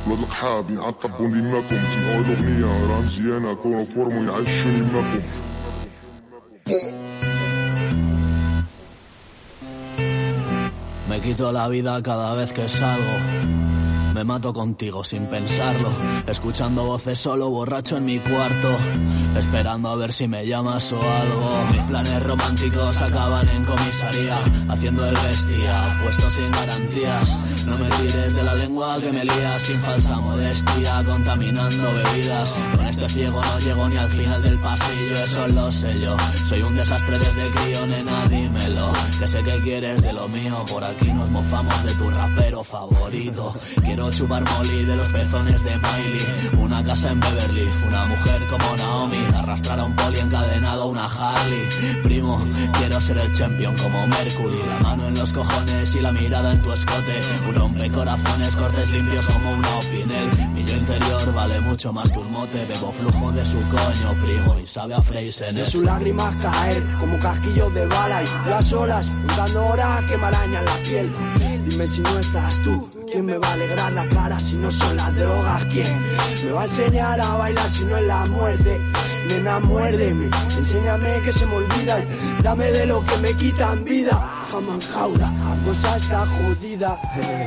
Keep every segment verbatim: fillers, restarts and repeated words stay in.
ولاد القحاب يعقبوا ليناكم تسمعوا الأغنية راه مزيانة كونوا فورمو يعيشوا ليناكم. Me quito la vida cada vez que salgo. Me mato contigo sin pensarlo, escuchando voces solo borracho en mi cuarto, esperando a ver si me llamas o algo. Mis planes románticos acaban en comisaría, haciendo el bestia, puesto sin garantías. No me tires de la lengua que me lías, sin falsa modestia, contaminando bebidas. Con este ciego no llego ni al final del pasillo, eso lo sé yo. Soy un desastre desde crío, nena, dímelo. Que sé que quieres de lo mío, por aquí nos mofamos de tu rapero favorito. Quiero chupar molly de los pezones de Miley, una casa en Beverly, una mujer como Naomi, arrastrar a un poli encadenado a una Harley. Primo, quiero ser el champion como Mercury, la mano en los cojones y la mirada en tu escote, un rompecorazones, cortes limpios como un Opinel. Mi yo interior vale mucho más que un mote, bebo flujo de su coño, primo, y sabe a Freisen. De sus lágrimas caer como casquillos de bala y las olas juntando horas que me arañan la piel. Dime si no estás tú, ¿quién me va a alegrar la cara si no son las drogas? ¿Quién me va a enseñar a bailar si no es la muerte? Nena, muérdeme, enséñame que se me olvida y dame de lo que me quitan vida. Jamán jauda, cosa está jodida.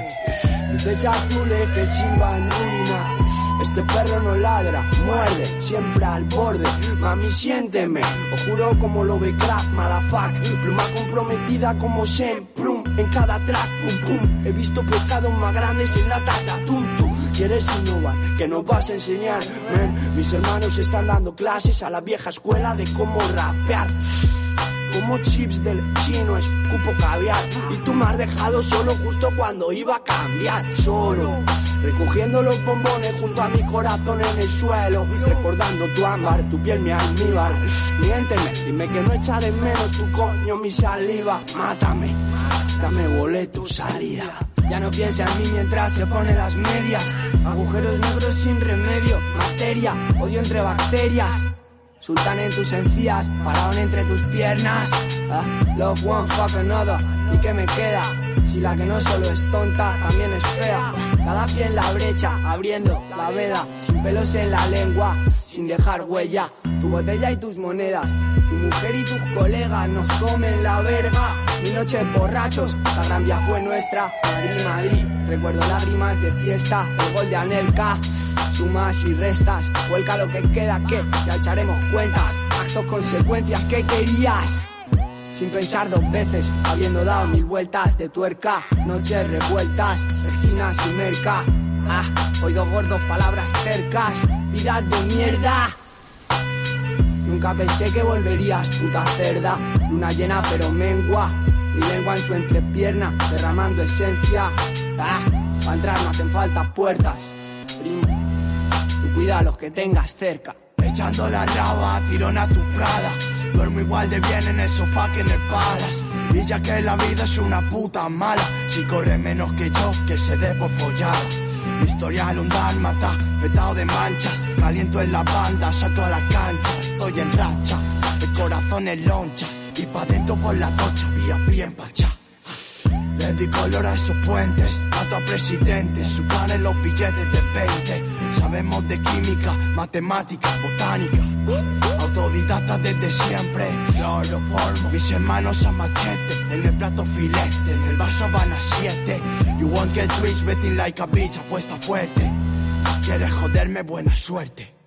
Luces azules que silban ruina. Este perro no ladra, muerde, siempre al borde. Mami, siénteme, os juro como lo ve crack, motherfuck. Pluma comprometida como Shem, prum, en cada track, pum, pum. He visto pecados más grandes en la tata, tum, tum. ¿Quieres innovar? ¿Qué nos vas a enseñar? Man, mis hermanos están dando clases a la vieja escuela de cómo rapear. Como chips del chino, escupo caviar. Y tú me has dejado solo justo cuando iba a cambiar. Solo, recogiendo los bombones junto a mi corazón en el suelo, recordando tu ámbar, tu piel mi almíbar. Miénteme, dime que no echa de menos tu coño mi saliva. Mátame, dame boleto, salida. Ya no piensa en mí mientras se pone las medias. Agujeros negros sin remedio, materia, odio entre bacterias. Sultán en tus encías, faraón entre tus piernas. Ah, love one, fuck another. ¿Y qué me queda? Si la que no solo es tonta, también es fea. Cada pie en la brecha, abriendo la veda. Sin pelos en la lengua, sin dejar huella. Tu botella y tus monedas, tu mujer y tus colegas nos comen la verga. Mil noches borrachos, la gran vía fue nuestra. Madrid, Madrid, recuerdo lágrimas de fiesta. El gol de Anelka, sumas y restas. Vuelca lo que queda, que ya echaremos cuentas. Actos, consecuencias, ¿qué querías? Sin pensar dos veces, habiendo dado mil vueltas de tuerca. Noches revueltas, esquinas y merca. Ah, oído gordos, palabras cercas. Vidas de mierda. Nunca pensé que volverías, puta cerda. Luna llena pero mengua. Mi lengua en su entrepierna, derramando esencia. Ah, para entrar no hacen falta puertas. Primo, tú cuida a los que tengas cerca. Echando la raba, tirón a tu prada. Duermo igual de bien en el sofá que en el palace. Y ya que la vida es una puta mala, si corre menos que yo, que se dé por follar. Mi historial un dálmata, petado de manchas. Caliento en la banda, salto a la cancha. Estoy en racha, el corazón en lonchas. Y pa' dentro por la tocha, vía bien pachá. Le di color a esos puentes, mato a presidentes. Su plan en los billetes de veinte. Sabemos de química, matemática, botánica. Autodidacta desde siempre, cloroformo. Mis hermanos a machete, en el plato filete, en el vaso van a siete. You won't get rich betting like a bitch, apuesta fuerte. Quieres joderme, buena suerte.